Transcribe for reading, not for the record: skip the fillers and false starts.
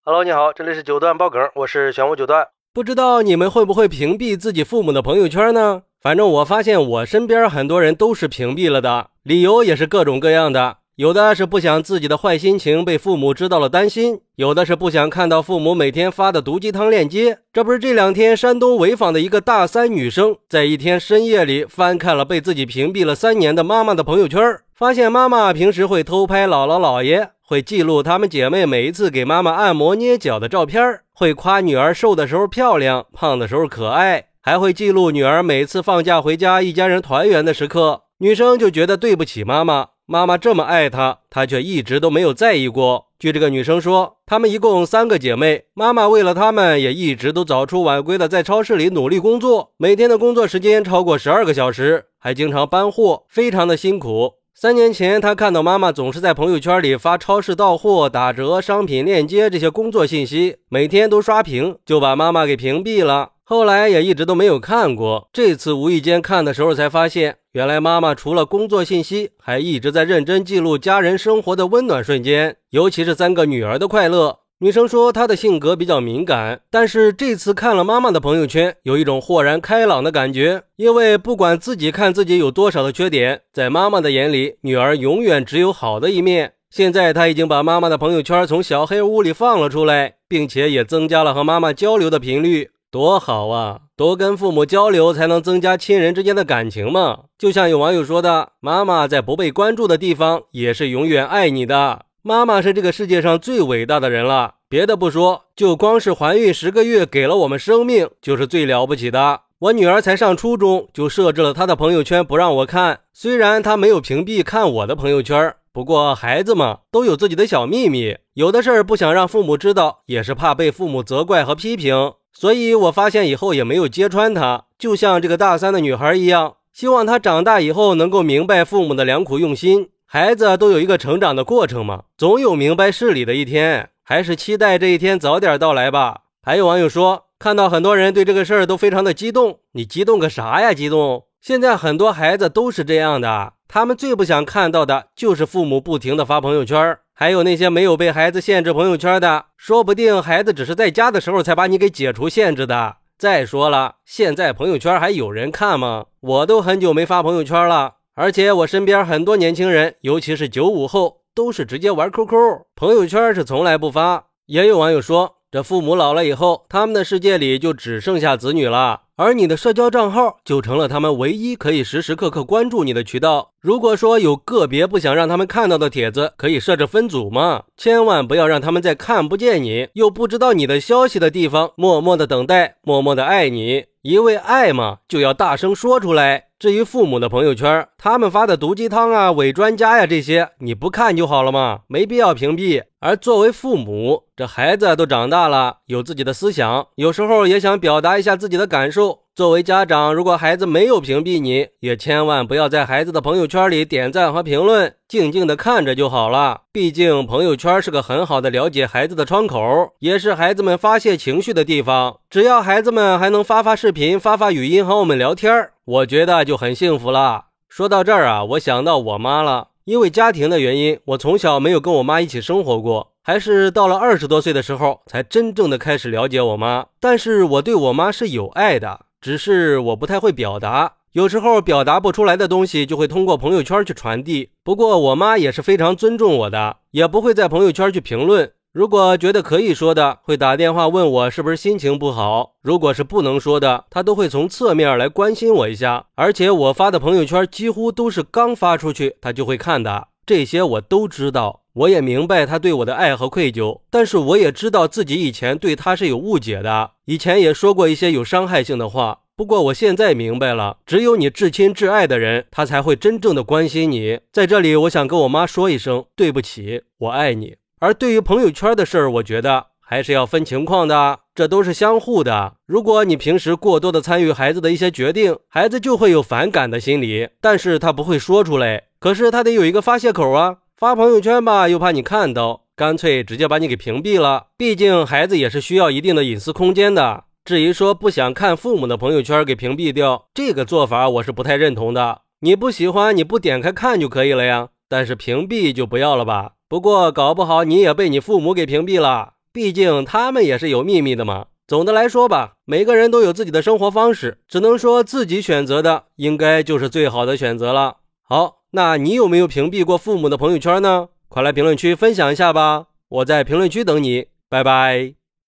Hello， 你好，这里是九段爆梗，我是玄武九段。 不知道你们会不会屏蔽自己父母的朋友圈呢？反正我发现我身边很多人都是屏蔽了的，理由也是各种各样的。有的是不想自己的坏心情被父母知道了担心，有的是不想看到父母每天发的毒鸡汤链接。这不是这两天山东潍坊的一个大三女生，在一天深夜里翻看了被自己屏蔽了3年的妈妈的朋友圈，发现妈妈平时会偷拍姥姥姥爷，会记录她们姐妹每一次给妈妈按摩捏脚的照片，会夸女儿瘦的时候漂亮，胖的时候可爱，还会记录女儿每次放假回家一家人团圆的时刻。女生就觉得对不起妈妈，妈妈这么爱她，她却一直都没有在意过。据这个女生说，她们一共3个姐妹，妈妈为了她们也一直都早出晚归的在超市里努力工作，每天的工作时间超过12个小时，还经常搬货，非常的辛苦。3年前，她看到妈妈总是在朋友圈里发超市到货、打折、商品链接这些工作信息，每天都刷屏，就把妈妈给屏蔽了。后来也一直都没有看过，这次无意间看的时候才发现，原来妈妈除了工作信息，还一直在认真记录家人生活的温暖瞬间，尤其是3个女儿的快乐。女生说她的性格比较敏感，但是这次看了妈妈的朋友圈，有一种豁然开朗的感觉，因为不管自己看自己有多少的缺点，在妈妈的眼里，女儿永远只有好的一面。现在她已经把妈妈的朋友圈从小黑屋里放了出来，并且也增加了和妈妈交流的频率。多好啊，多跟父母交流才能增加亲人之间的感情嘛。就像有网友说的，妈妈在不被关注的地方也是永远爱你的，妈妈是这个世界上最伟大的人了。别的不说，就光是怀孕10个月给了我们生命，就是最了不起的。我女儿才上初中，就设置了她的朋友圈不让我看，虽然她没有屏蔽看我的朋友圈，不过孩子嘛，都有自己的小秘密，有的事儿不想让父母知道，也是怕被父母责怪和批评。所以我发现以后也没有揭穿她，就像这个大3的女孩一样，希望她长大以后能够明白父母的良苦用心。孩子都有一个成长的过程嘛，总有明白事理的一天，还是期待这一天早点到来吧。还有网友说，看到很多人对这个事儿都非常的激动，你激动个啥呀激动？现在很多孩子都是这样的，他们最不想看到的就是父母不停的发朋友圈，还有那些没有被孩子限制朋友圈的，说不定孩子只是在家的时候才把你给解除限制的。再说了，现在朋友圈还有人看吗？我都很久没发朋友圈了，而且我身边很多年轻人，尤其是95后，都是直接玩 QQ， 朋友圈是从来不发。也有网友说，这父母老了以后，他们的世界里就只剩下子女了，而你的社交账号就成了他们唯一可以时时刻刻关注你的渠道。如果说有个别不想让他们看到的帖子，可以设置分组嘛，千万不要让他们在看不见你又不知道你的消息的地方默默的等待，默默的爱你。因为爱嘛，就要大声说出来。至于父母的朋友圈，他们发的毒鸡汤啊、伪专家呀这些，你不看就好了嘛，没必要屏蔽。而作为父母，这孩子都长大了，有自己的思想，有时候也想表达一下自己的感受。作为家长，如果孩子没有屏蔽你，也千万不要在孩子的朋友圈里点赞和评论，静静的看着就好了。毕竟朋友圈是个很好的了解孩子的窗口，也是孩子们发泄情绪的地方。只要孩子们还能发视频、发语音和我们聊天，我觉得就很幸福了。说到这儿啊，我想到我妈了。因为家庭的原因，我从小没有跟我妈一起生活过，还是到了20多岁的时候才真正的开始了解我妈。但是我对我妈是有爱的，只是我不太会表达，有时候表达不出来的东西就会通过朋友圈去传递。不过我妈也是非常尊重我的，也不会在朋友圈去评论。如果觉得可以说的，会打电话问我是不是心情不好，如果是不能说的，她都会从侧面来关心我一下。而且我发的朋友圈几乎都是刚发出去她就会看的，这些我都知道。我也明白她对我的爱和愧疚，但是我也知道自己以前对她是有误解的，以前也说过一些有伤害性的话。不过我现在明白了，只有你至亲至爱的人，他才会真正的关心你。在这里我想跟我妈说一声对不起，我爱你。而对于朋友圈的事儿，我觉得还是要分情况的，这都是相互的。如果你平时过多的参与孩子的一些决定，孩子就会有反感的心理，但是他不会说出来，可是他得有一个发泄口啊。发朋友圈吧，又怕你看到，干脆直接把你给屏蔽了。毕竟孩子也是需要一定的隐私空间的。至于说不想看父母的朋友圈给屏蔽掉，这个做法我是不太认同的。你不喜欢你不点开看就可以了呀，但是屏蔽就不要了吧。不过搞不好你也被你父母给屏蔽了。 毕竟他们也是有秘密的嘛。总的来说吧，每个人都有自己的生活方式，只能说自己选择的应该就是最好的选择了。好，那你有没有屏蔽过父母的朋友圈呢？快来评论区分享一下吧，我在评论区等你，拜拜。